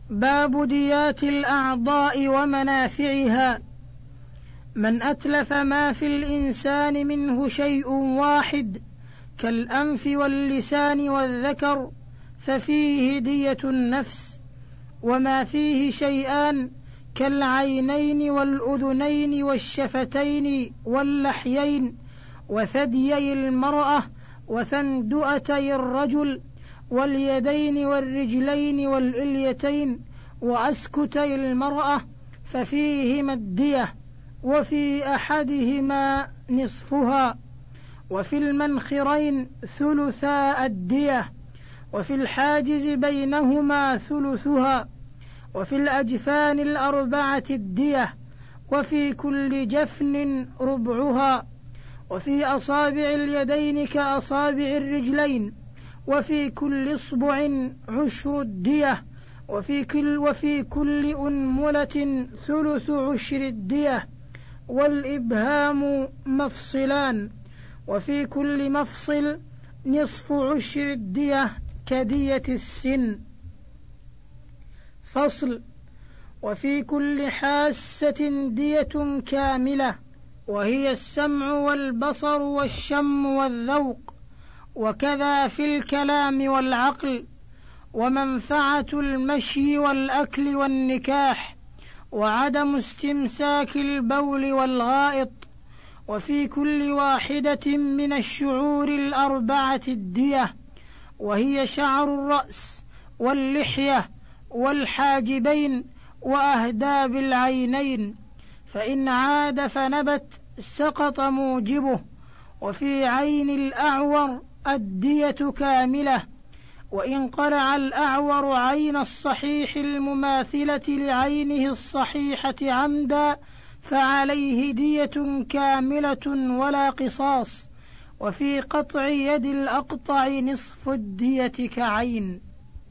باب ديات الأعضاء ومنافعها. من أتلف ما في الإنسان منه شيء واحد كالأنف واللسان والذكر ففيه دية النفس، وما فيه شيئان كالعينين والأذنين والشفتين واللحيين وثديي المرأة وثندؤتي الرجل واليدين والرجلين والإليتين وأسكتي المرأة ففيهما الدية، وفي أحدهما نصفها، وفي المنخرين ثلثا الدية، وفي الحاجز بينهما ثلثها، وفي الأجفان الأربعة الدية، وفي كل جفن ربعها، وفي أصابع اليدين كأصابع الرجلين، وفي كل إصبع عشر الدية، وفي كل أنملة ثلث عشر الدية، والإبهام مفصلان، وفي كل مفصل نصف عشر الدية كدية السن. فصل. وفي كل حاسة دية كاملة، وهي السمع والبصر والشم والذوق، وكذا في الكلام والعقل، ومنفعة المشي والأكل والنكاح، وعدم استمساك البول والغائط. وفي كل واحدة من الشعور الأربعة الدية، وهي شعر الرأس واللحية والحاجبين وأهداب العينين، فإن عاد فنبت سقط موجبه. وفي عين الأعور الدية كاملة، وإن قلع الأعور عين الصحيح المماثلة لعينه الصحيحة عمدا فعليه دية كاملة ولا قصاص. وفي قطع يد الأقطع نصف الدية كعين.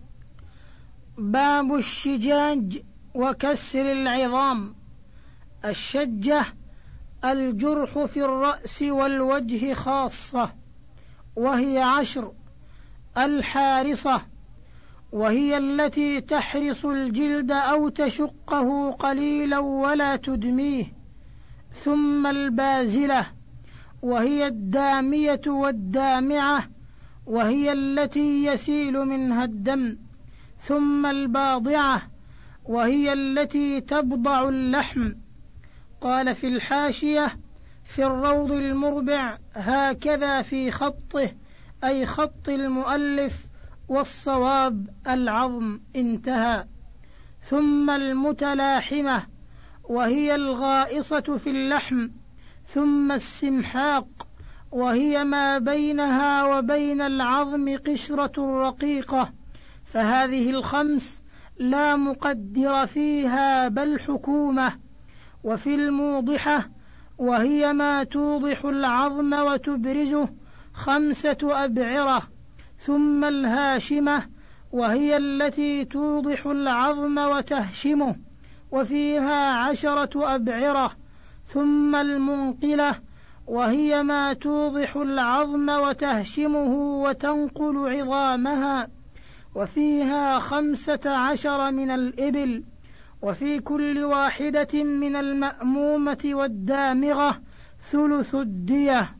باب الشجاج وكسر العظام. الشجة الجرح في الرأس والوجه خاصة، وهي 10. الحارصة، وهي التي تحرص الجلد أو تشقه قليلا ولا تدميه. ثم البازلة، وهي الدامية والدامعة، وهي التي يسيل منها الدم. ثم الباضعة، وهي التي تبضع اللحم. قال في الحاشية في الروض المربع هكذا في خطه، أي خط المؤلف، والصواب العظم. انتهى. ثم المتلاحمة، وهي الغائصة في اللحم. ثم السمحاق، وهي ما بينها وبين العظم قشرة رقيقة. فهذه 5 لا مقدر فيها بل حكومة. وفي الموضحة، وهي ما توضح العظم وتبرزه 5 أبعرة. ثم الهاشمة، وهي التي توضح العظم وتهشمه، وفيها 10 أبعرة. ثم المنقلة، وهي ما توضح العظم وتهشمه وتنقل عظامها، وفيها 15 من الإبل. وفي كل واحدة من المأمومة والدامغة ثلث الدية.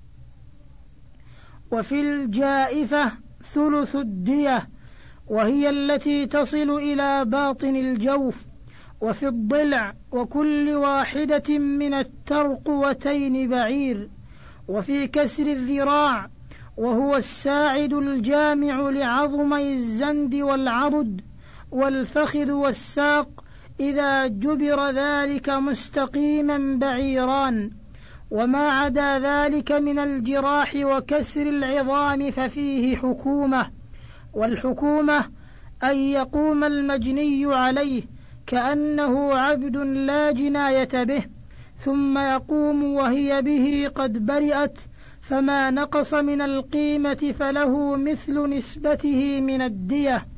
وفي الجائفة ثلث الدية، وهي التي تصل إلى باطن الجوف. وفي الضلع وكل واحدة من الترقوتين بعير. وفي كسر الذراع، وهو الساعد الجامع لعظمي الزند والعضد والفخذ والساق، إذا جبر ذلك مستقيما بعيران. وما عدا ذلك من الجراح وكسر العظام ففيه حكومة. والحكومة أن يقوم المجني عليه كأنه عبد لا جناية به، ثم يقوم وهي به قد برئت، فما نقص من القيمة فله مثل نسبته من الدية.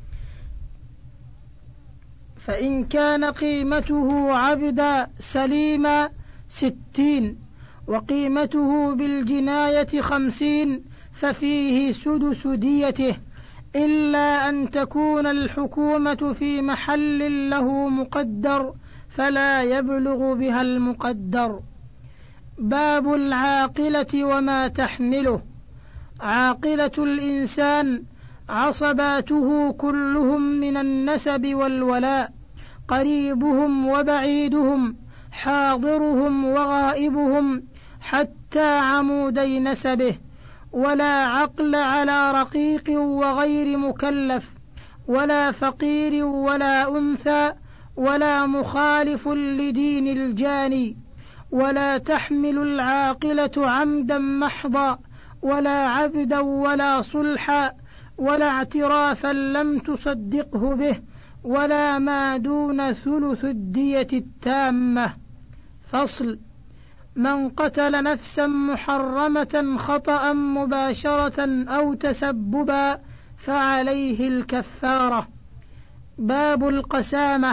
فإن كان قيمته عبدا سليما 60، وقيمته بالجناية 50، ففيه سدس ديته، إلا أن تكون الحكومة في محل له مقدر فلا يبلغ بها المقدر. باب العاقلة وما تحمله. عاقلة الإنسان عصباته كلهم من النسب والولاء، قريبهم وبعيدهم، حاضرهم وغائبهم، حتى عمودي نسبه، ولا عقل على رقيق وغير مكلف، ولا فقير ولا أنثى، ولا مخالف لدين الجاني، ولا تحمل العاقلة عمدا محضا، ولا عبدا ولا صلحا، ولا اعترافا لم تصدقه به، ولا ما دون ثلث الدية التامة. فصل. من قتل نفسا محرمة خطأ مباشرة أو تسببا فعليه الكفارة. باب القسامة،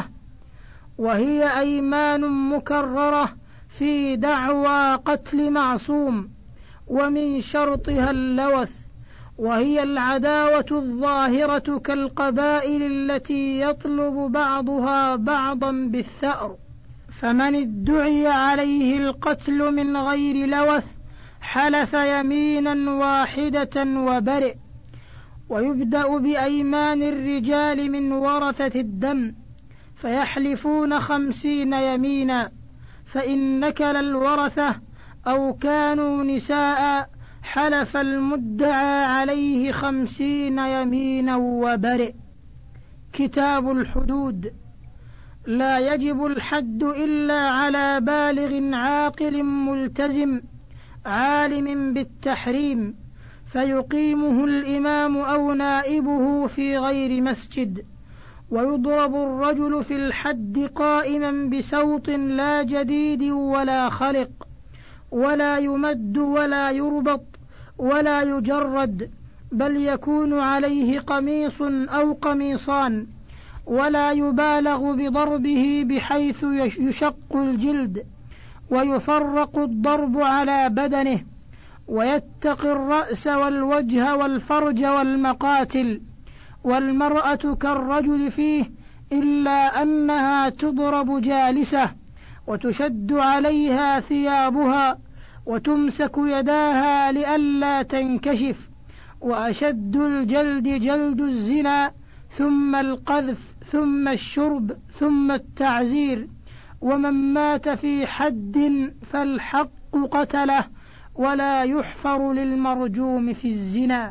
وهي أيمان مكررة في دعوى قتل معصوم، ومن شرطها اللوث، وهي العداوة الظاهرة كالقبائل التي يطلب بعضها بعضا بالثأر، فمن ادعي عليه القتل من غير لوث حلف يمينا واحدة وبرئ. ويبدأ بأيمان الرجال من ورثة الدم، فيحلفون 50 يمينا، فإن نكل الورثة أو كانوا نساء حلف المدعى عليه 50 يمينا وبرئ. كتاب الحدود. لا يجب الحد إلا على بالغ عاقل ملتزم عالم بالتحريم، فيقيمه الإمام أو نائبه في غير مسجد. ويضرب الرجل في الحد قائما بسوط لا جديد ولا خلق، ولا يمد ولا يربط ولا يجرد، بل يكون عليه قميص أو قميصان، ولا يبالغ بضربه بحيث يشق الجلد، ويفرق الضرب على بدنه، ويتقي الرأس والوجه والفرج والمقاتل. والمرأة كالرجل فيه، إلا أنها تضرب جالسة، وتشد عليها ثيابها، وتمسك يداها لئلا تنكشف. وأشد الجلد جلد الزنا، ثم القذف، ثم الشرب، ثم التعزير. ومن مات في حد فالحق قتله، ولا يحفر للمرجوم في الزنا.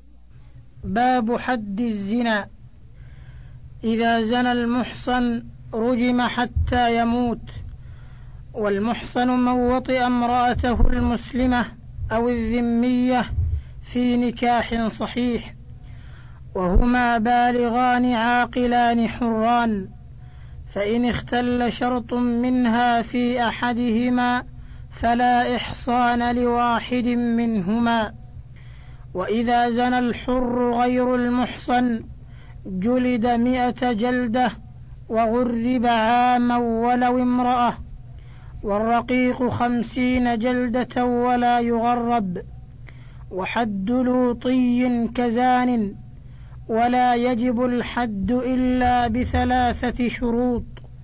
باب حد الزنا. إذا زنى المحصن رجم حتى يموت. والمحصن من وطئ امرأته المسلمة أو الذمية في نكاح صحيح، وهما بالغان عاقلان حران، فإن اختل شرط منها في أحدهما فلا إحصان لواحد منهما. وإذا زنى الحر غير المحصن جلد 100 جلدة، وغرب عاما ولو امرأة. والرقيق 50 جلدة ولا يغرب. وحد لوطي كزان، ولا يجب الحد إلا ب3 شروط.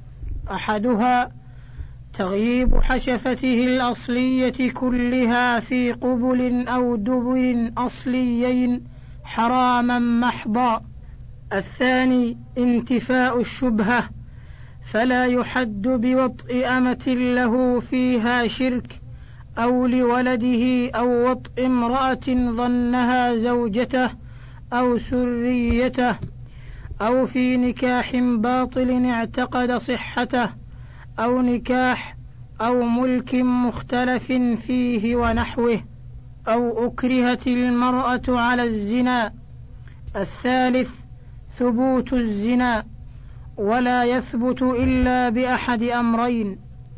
أحدها تغييب حشفته الأصلية كلها في قبل أو دبر أصليين حراما محضا. الثاني انتفاء الشبهة، فلا يحد بوطء أمة له فيها شرك، أو لولده، أو وطء امرأة ظنها زوجته أو سريته، أو في نكاح باطل اعتقد صحته، أو نكاح أو ملك مختلف فيه ونحوه، أو أكرهت المرأة على الزنا. الثالث ثبوت الزنا، ولا يثبت إلا بأحد أمرين: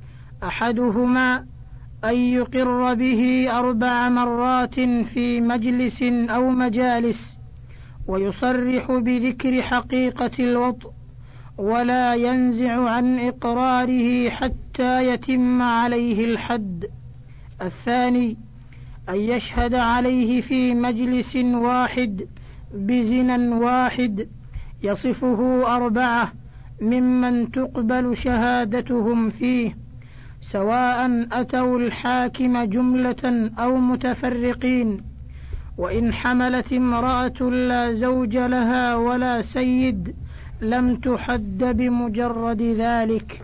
أحدهما أن يقر به 4 مرات في مجلس أو مجالس، ويصرح بذكر حقيقة الوطء، ولا ينزع عن إقراره حتى يتم عليه الحد. الثاني أن يشهد عليه في مجلس واحد بزنا واحد يصفه 4 ممن تقبل شهادتهم فيه، سواء أتوا الحاكم جملة أو متفرقين. وإن حملت امرأة لا زوج لها ولا سيد لم تحد بمجرد ذلك.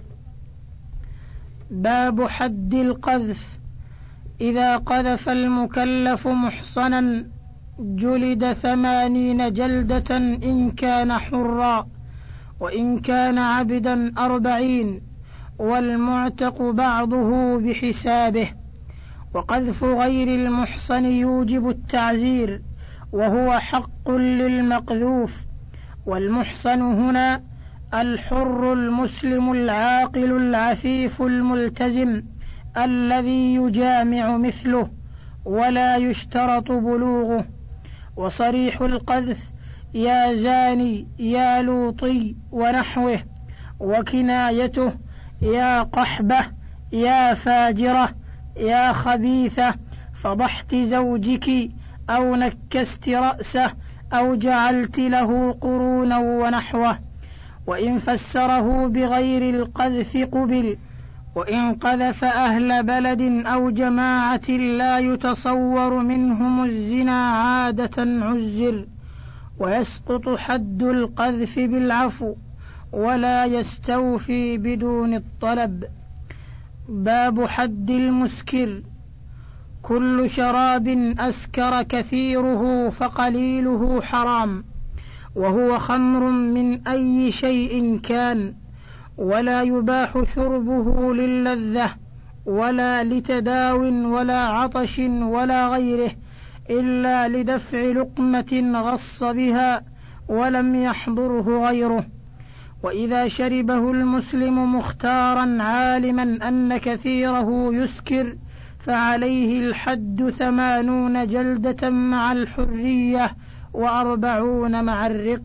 باب حد القذف: إذا قذف المكلف محصنا جلد 80 جلدة إن كان حرا، وإن كان عبدا 40، والمعتق بعضه بحسابه. وقذف غير المحصن يوجب التعزير، وهو حق للمقذوف. والمحصن هنا الحر المسلم العاقل العفيف الملتزم الذي يجامع مثله ولا يشترط بلوغه. وصريح القذف يا زاني يا لوطي ونحوه، وكنايته يا قحبة يا فاجرة يا خبيثة فضحت زوجك أو نكست رأسه أو جعلت له قرونا ونحوه. وإن فسره بغير القذف قبل. وإن قذف أهل بلد أو جماعة لا يتصور منهم الزنا عادة عزر، ويسقط حد القذف بالعفو ولا يستوفي بدون الطلب. باب حد المسكر: كل شراب أسكر كثيره فقليله حرام، وهو خمر من أي شيء كان، ولا يباح شربه للذة ولا لتداو ولا عطش ولا غيره، إلا لدفع لقمة غص بها ولم يحضره غيره. وإذا شربه المسلم مختارا عالما أن كثيره يسكر فعليه الحد 80 جلدة مع الحرية و40 مع الرق.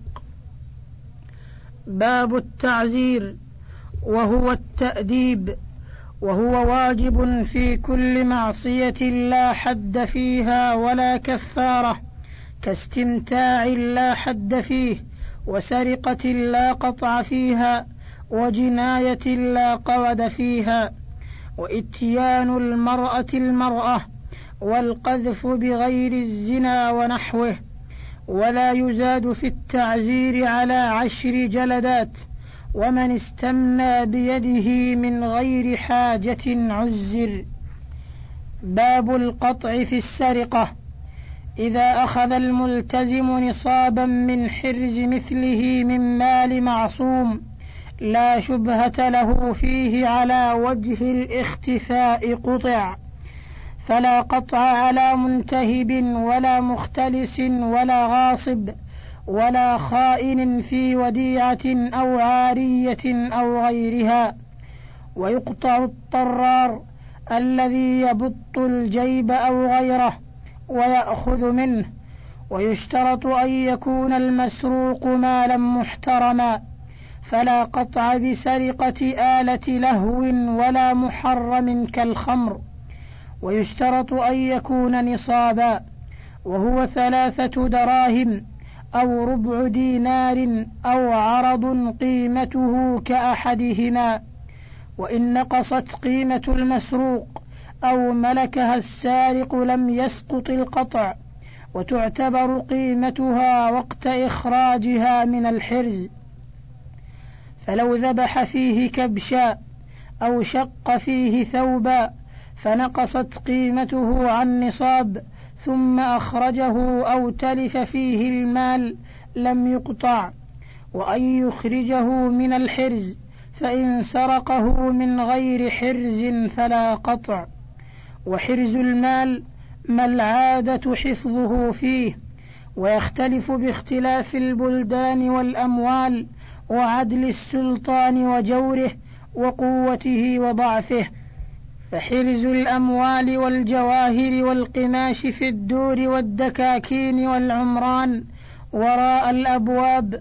باب التعزير وهو التأديب، وهو واجب في كل معصية لا حد فيها ولا كفارة، كاستمتاع لا حد فيه، وسرقة لا قطع فيها، وجناية لا قود فيها، وإتيان المرأة، والقذف بغير الزنا ونحوه. ولا يزاد في التعزير على 10 جلدات، ومن استمنى بيده من غير حاجة عزر. باب القطع في السرقة: إذا أخذ الملتزم نصابا من حرز مثله من مال معصوم لا شبهة له فيه على وجه الاختفاء قطع، فلا قطع على منتهب ولا مختلس ولا غاصب ولا خائن في وديعة أو عارية أو غيرها. ويقطع الطرار الذي يبط الجيب أو غيره ويأخذ منه. ويشترط أن يكون المسروق مالا محترما، فلا قطع بسرقة آلة لهو ولا محرم كالخمر. ويشترط أن يكون نصابا، وهو 3 دراهم أو ربع دينار أو عرض قيمته كأحدهما. وإن نقصت قيمة المسروق أو ملكها السارق لم يسقط القطع، وتعتبر قيمتها وقت إخراجها من الحرز. فلو ذبح فيه كبشا أو شق فيه ثوبا فنقصت قيمته عن نصاب ثم أخرجه أو تلف فيه المال لم يقطع. وأن يخرجه من الحرز، فإن سرقه من غير حرز فلا قطع. وحرز المال ما العادة حفظه فيه، ويختلف باختلاف البلدان والأموال وعدل السلطان وجوره وقوته وضعفه. فحرز الأموال والجواهر والقماش في الدور والدكاكين والعمران وراء الأبواب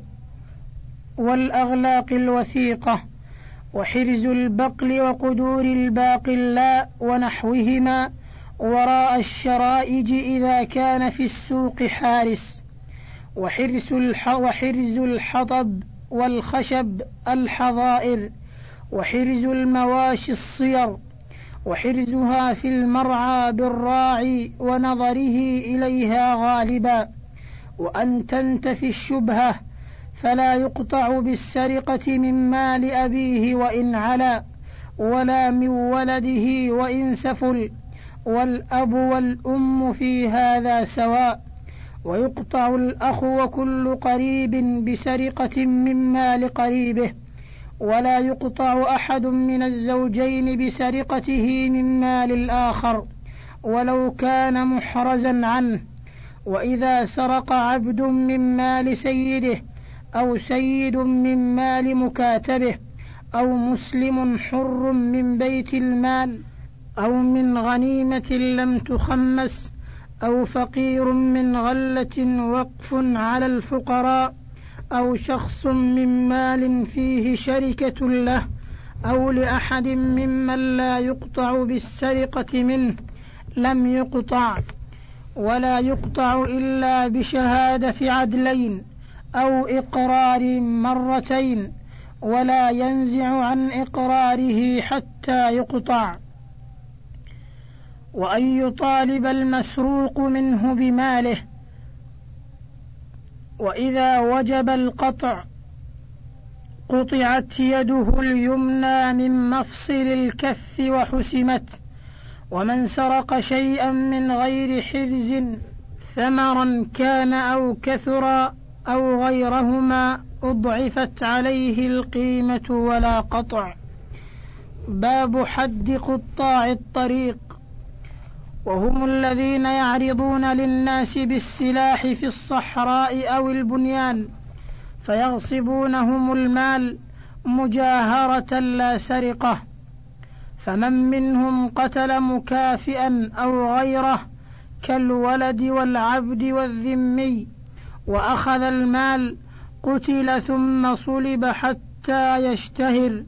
والأغلاق الوثيقة. وحرز البقل وقدور الباقلاء ونحوهما وراء الشرائج إذا كان في السوق حارس. وحرز الحطب والخشب الحظائر، وحرز المواشي الصير، وحرزها في المرعى بالراعي ونظره إليها غالبا، وأن تنتفي الشبهة فلا يقطع بالسرقة من مال أبيه وإن علا، ولا من ولده وإن سفل، والأب والأم في هذا سواء، ويقطع الأخ وكل قريب بسرقة من مال قريبه، ولا يقطع أحد من الزوجين بسرقته من مال الآخر ولو كان محرزا عنه. وإذا سرق عبد من مال سيده أو سيد من مال مكاتبه أو مسلم حر من بيت المال أو من غنيمة لم تخمس أو فقير من غلة وقف على الفقراء أو شخص من مال فيه شركة له أو لأحد ممن لا يقطع بالسرقة منه لم يقطع، ولا يقطع إلا بشهادة عدلين أو إقرار مرتين، ولا ينزع عن إقراره حتى يقطع. وأن يطالب المسروق منه بماله. وإذا وجب القطع قطعت يده اليمنى من مفصل الكف وحسمت. ومن سرق شيئا من غير حرز ثمرا كان أو كثرا أو غيرهما أضعفت عليه القيمة ولا قطع. باب حد قطاع الطريق، وهم الذين يعرضون للناس بالسلاح في الصحراء أو البنيان فيغصبونهم المال مجاهرة لا سرقة. فمن منهم قتل مكافئا أو غيره كالولد والعبد والذمي وأخذ المال قتل ثم صلب حتى يشتهر.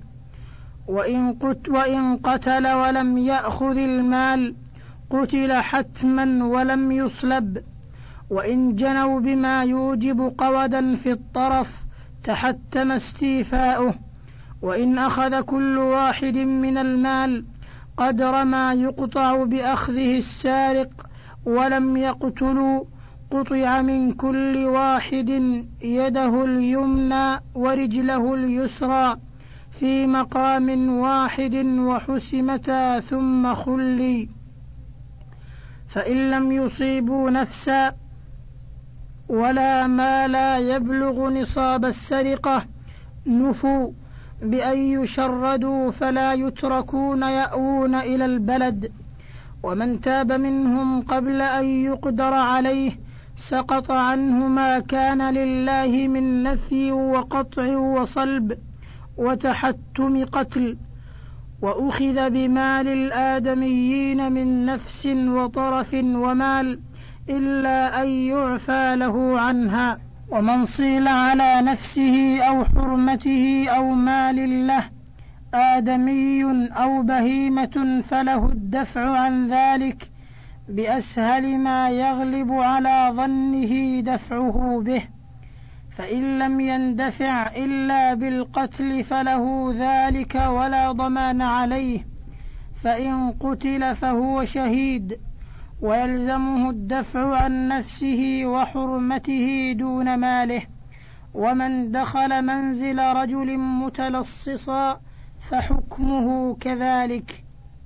وإن قتل ولم يأخذ المال قتل حتما ولم يصلب. وإن جنوا بما يوجب قودا في الطرف تحتم استيفاؤه. وإن أخذ كل واحد من المال قدر ما يقطع بأخذه السارق ولم يقتلوا قطع من كل واحد يده اليمنى ورجله اليسرى في مقام واحد وحسمتا ثم خلي. فإن لم يصيبوا نفسا ولا ما لا يبلغ نصاب السرقة نفوا بأن يشردوا فلا يتركون يأوون إلى البلد. ومن تاب منهم قبل أن يقدر عليه سقط عنه ما كان لله من نفي وقطع وصلب وتحتم قتل. وأخذ بمال الآدميين من نفس وطرف ومال إلا أن يعفى له عنها. ومن صيل على نفسه أو حرمته أو مال له آدمي أو بهيمة فله الدفع عن ذلك بأسهل ما يغلب على ظنه دفعه به. فإن لم يندفع إلا بالقتل فله ذلك ولا ضمان عليه. فإن قتل فهو شهيد ويلزمه الدفع عن نفسه وحرمته دون ماله. ومن دخل منزل رجل متلصصا فحكمه كذلك.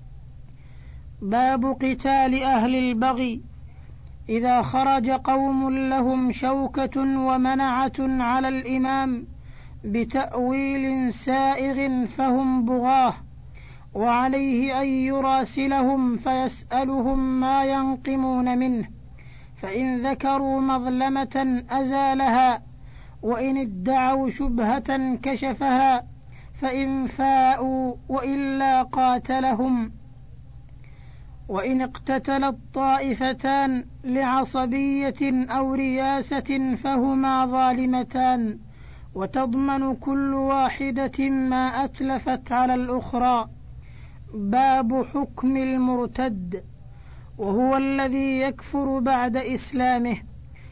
باب قتال أهل البغي. إذا خرج قوم لهم شوكة ومنعة على الإمام بتأويل سائغ فهم بغاه، وعليه أن يراسلهم فيسألهم ما ينقمون منه، فإن ذكروا مظلمة أزالها، وإن ادعوا شبهة كشفها، فإن فاءوا وإلا قاتلهم. وإن اقتتل الطائفتان لعصبية أو رياسة فهما ظالمتان، وتضمن كل واحدة ما أتلفت على الأخرى. باب حكم المرتد، وهو الذي يكفر بعد إسلامه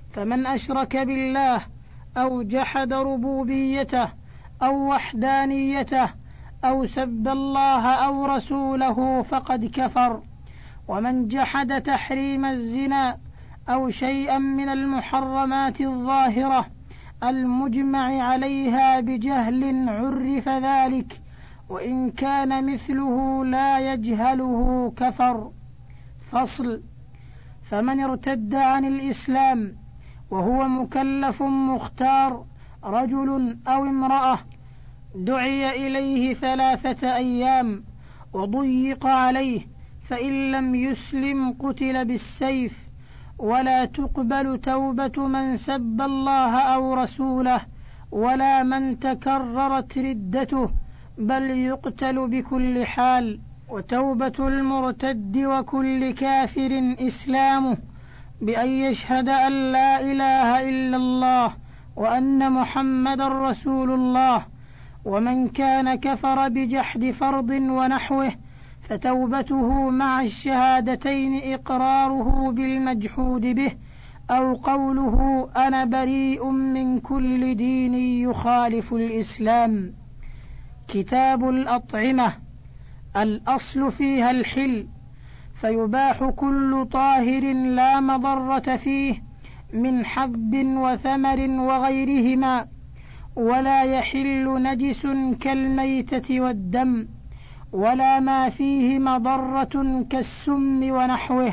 فمن أشرك بالله أو جحد ربوبيته أو وحدانيته أو سب الله أو رسوله فقد كفر. ومن جحد تحريم الزنا أو شيئا من المحرمات الظاهرة المجمع عليها بجهل عرف ذلك، وإن كان مثله لا يجهله كفر. فصل. فمن ارتد عن الإسلام وهو مكلف مختار رجل أو امرأة دعي إليه 3 أيام وضيق عليه، فإن لم يسلم قتل بالسيف، ولا تقبل توبة من سب الله أو رسوله ولا من تكررت ردته، بل يقتل بكل حال. وتوبة المرتد وكل كافر إسلامه بأن يشهد أن لا إله إلا الله وأن محمد رسول الله. ومن كان كفر بجحد فرض ونحوه فتوبته مع الشهادتين إقراره بالمجحود به أو قوله أنا بريء من كل دين يخالف الإسلام. كتاب الأطعمة. الأصل فيها الحل، فيباح كل طاهر لا مضرة فيه من حب وثمر وغيرهما، ولا يحل نجس كالميتة والدم، ولا ما فيه مضرة كالسم ونحوه.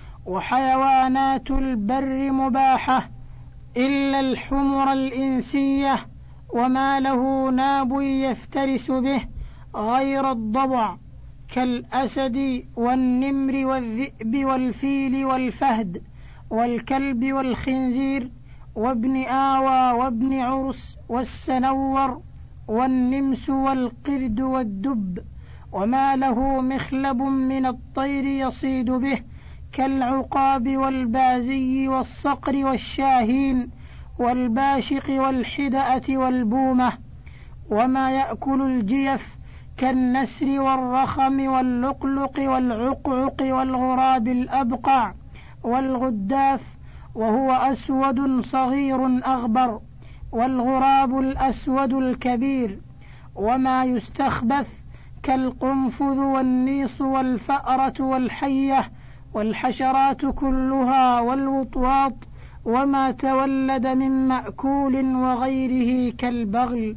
وحيوانات البر مباحة إلا الحمر الإنسية وما له ناب يفترس به غير الضبع كالأسد والنمر والذئب والفيل والفهد والكلب والخنزير وابن آوى وابن عرس والسنور والنمس والقرد والدب، وما له مخلب من الطير يصيد به كالعقاب والبازي والصقر والشاهين والباشق والحدأة والبومة. وما يأكل الجيف كالنسر والرخم واللقلق والعقعق والغراب الأبقع والغداف وهو أسود صغير أغبر، والغراب الأسود الكبير. وما يستخبث كالقنفذ والنيص والفأرة والحية والحشرات كلها والوطواط، وما تولد من مأكول وغيره كالبغل.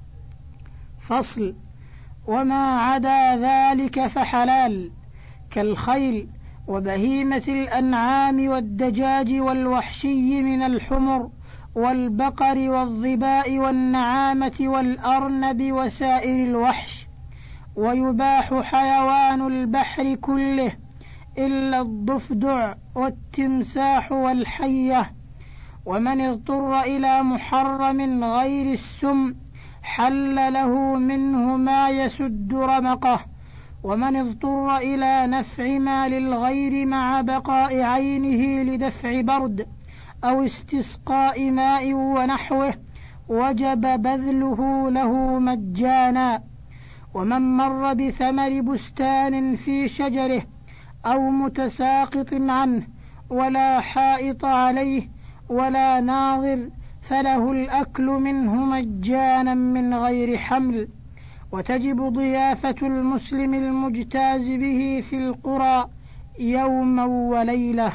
فصل. وما عدا ذلك فحلال كالخيل وبهيمة الأنعام والدجاج والوحشي من الحمر والبقر والظباء والنعامة والأرنب وسائر الوحش. ويباح حيوان البحر كله إلا الضفدع والتمساح والحية. ومن اضطر إلى محرم غير السم حل له منه ما يسد رمقه. ومن اضطر إلى نفع مال الغير مع بقاء عينه لدفع برد أو استسقاء ماء ونحوه وجب بذله له مجانا. ومن مر بثمر بستان في شجره أو متساقط عنه ولا حائط عليه ولا ناظر فله الأكل منه مجانا من غير حمل. وتجب ضيافة المسلم المجتاز به في القرى يوما وليلة.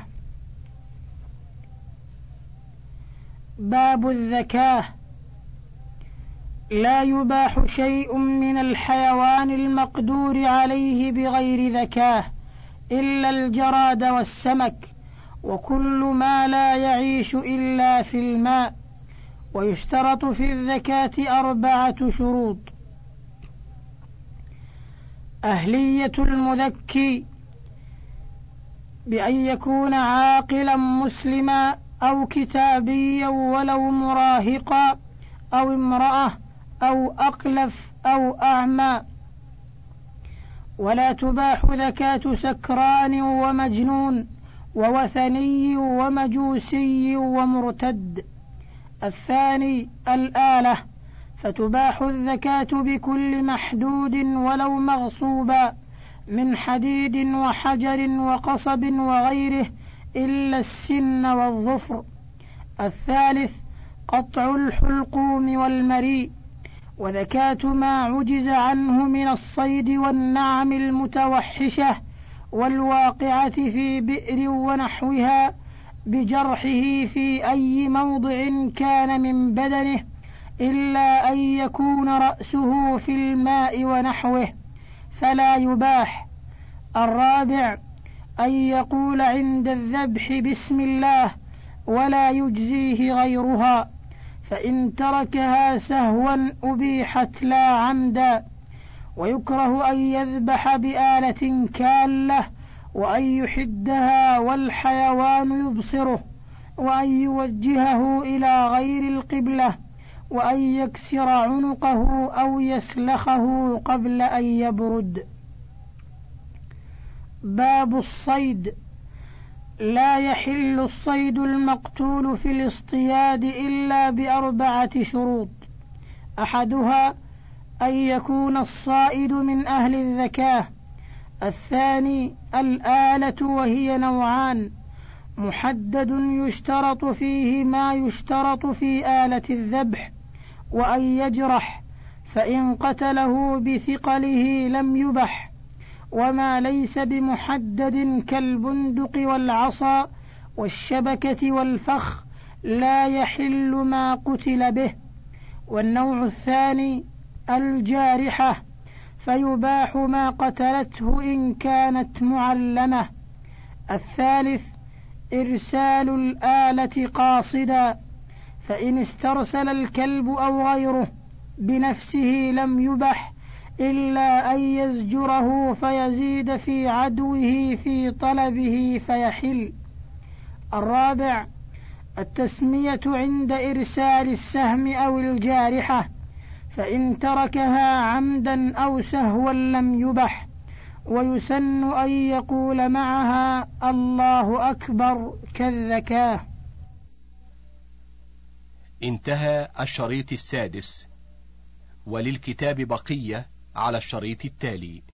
باب الذكاة. لا يباح شيء من الحيوان المقدور عليه بغير ذكاه إلا الجراد والسمك وكل ما لا يعيش إلا في الماء. ويشترط في الذكاة 4 شروط: أهلية المذكي بأن يكون عاقلا مسلما أو كتابيا ولو مراهقا أو امرأة أو أقلف أو أعمى. ولا تباح ذكاة سكران ومجنون ووثني ومجوسي ومرتد. الثاني الآلة، فتباح الذكاة بكل محدود ولو مغصوبا من حديد وحجر وقصب وغيره إلا السن والظفر. الثالث قطع الحلقوم والمريء. وذكاة ما عجز عنه من الصيد والنعم المتوحشة والواقعة في بئر ونحوها بجرحه في أي موضع كان من بدنه، إلا أن يكون رأسه في الماء ونحوه فلا يباح. الرابع أن يقول عند الذبح بسم الله ولا يجزيه غيرها، فإن تركها سهوا أبيحت لا عمدا. ويكره أن يذبح بآلة كالة، وأن يحدها والحيوان يبصره، وأن يوجهه إلى غير القبلة، وأن يكسر عنقه أو يسلخه قبل أن يبرد. باب الصيد. لا يحل الصيد المقتول في الاصطياد إلا ب4 شروط: أحدها أن يكون الصائد من أهل الذكاة. الثاني الآلة، وهي نوعان: محدد يشترط فيه ما يشترط في آلة الذبح، وأن يجرح، فإن قتله بثقله لم يبح. وما ليس بمحدد كالبندق والعصا والشبكة والفخ لا يحل ما قتل به. والنوع الثاني الجارحة، فيباح ما قتلته إن كانت معلمة. الثالث إرسال الآلة قاصدا، فإن استرسل الكلب أو غيره بنفسه لم يبح إلا أن يزجره فيزيد في عدوه في طلبه فيحل. الرابع التسمية عند إرسال السهم أو الجارحة، فإن تركها عمدا أو سهوا لم يبح. ويسن أن يقول معها الله أكبر كالذكاه. انتهى الشريط 6، وللكتاب بقية على الشريط التالي.